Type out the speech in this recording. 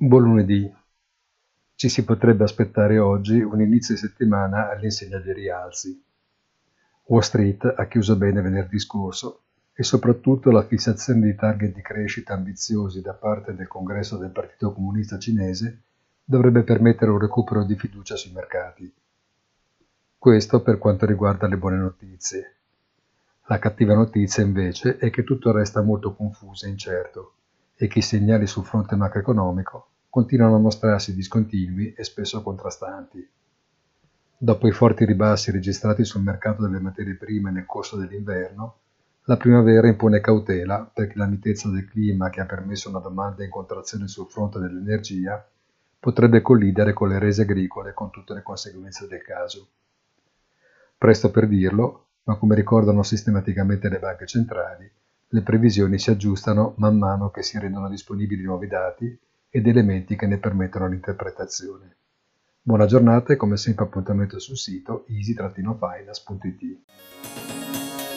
Buon lunedì. Ci si potrebbe aspettare oggi un inizio di settimana all'insegna dei rialzi. Wall Street ha chiuso bene venerdì scorso e soprattutto la fissazione di target di crescita ambiziosi da parte del Congresso del Partito Comunista Cinese dovrebbe permettere un recupero di fiducia sui mercati. Questo per quanto riguarda le buone notizie. La cattiva notizia invece è che tutto resta molto confuso e incerto e che i segnali sul fronte macroeconomico continuano a mostrarsi discontinui e spesso contrastanti. Dopo i forti ribassi registrati sul mercato delle materie prime nel corso dell'inverno, la primavera impone cautela perché la mitezza del clima che ha permesso una domanda in contrazione sul fronte dell'energia potrebbe collidere con le rese agricole con tutte le conseguenze del caso. Presto per dirlo, ma come ricordano sistematicamente le banche centrali, le previsioni si aggiustano man mano che si rendono disponibili nuovi dati ed elementi che ne permettono l'interpretazione. Buona giornata e come sempre appuntamento sul sito easy-finance.it.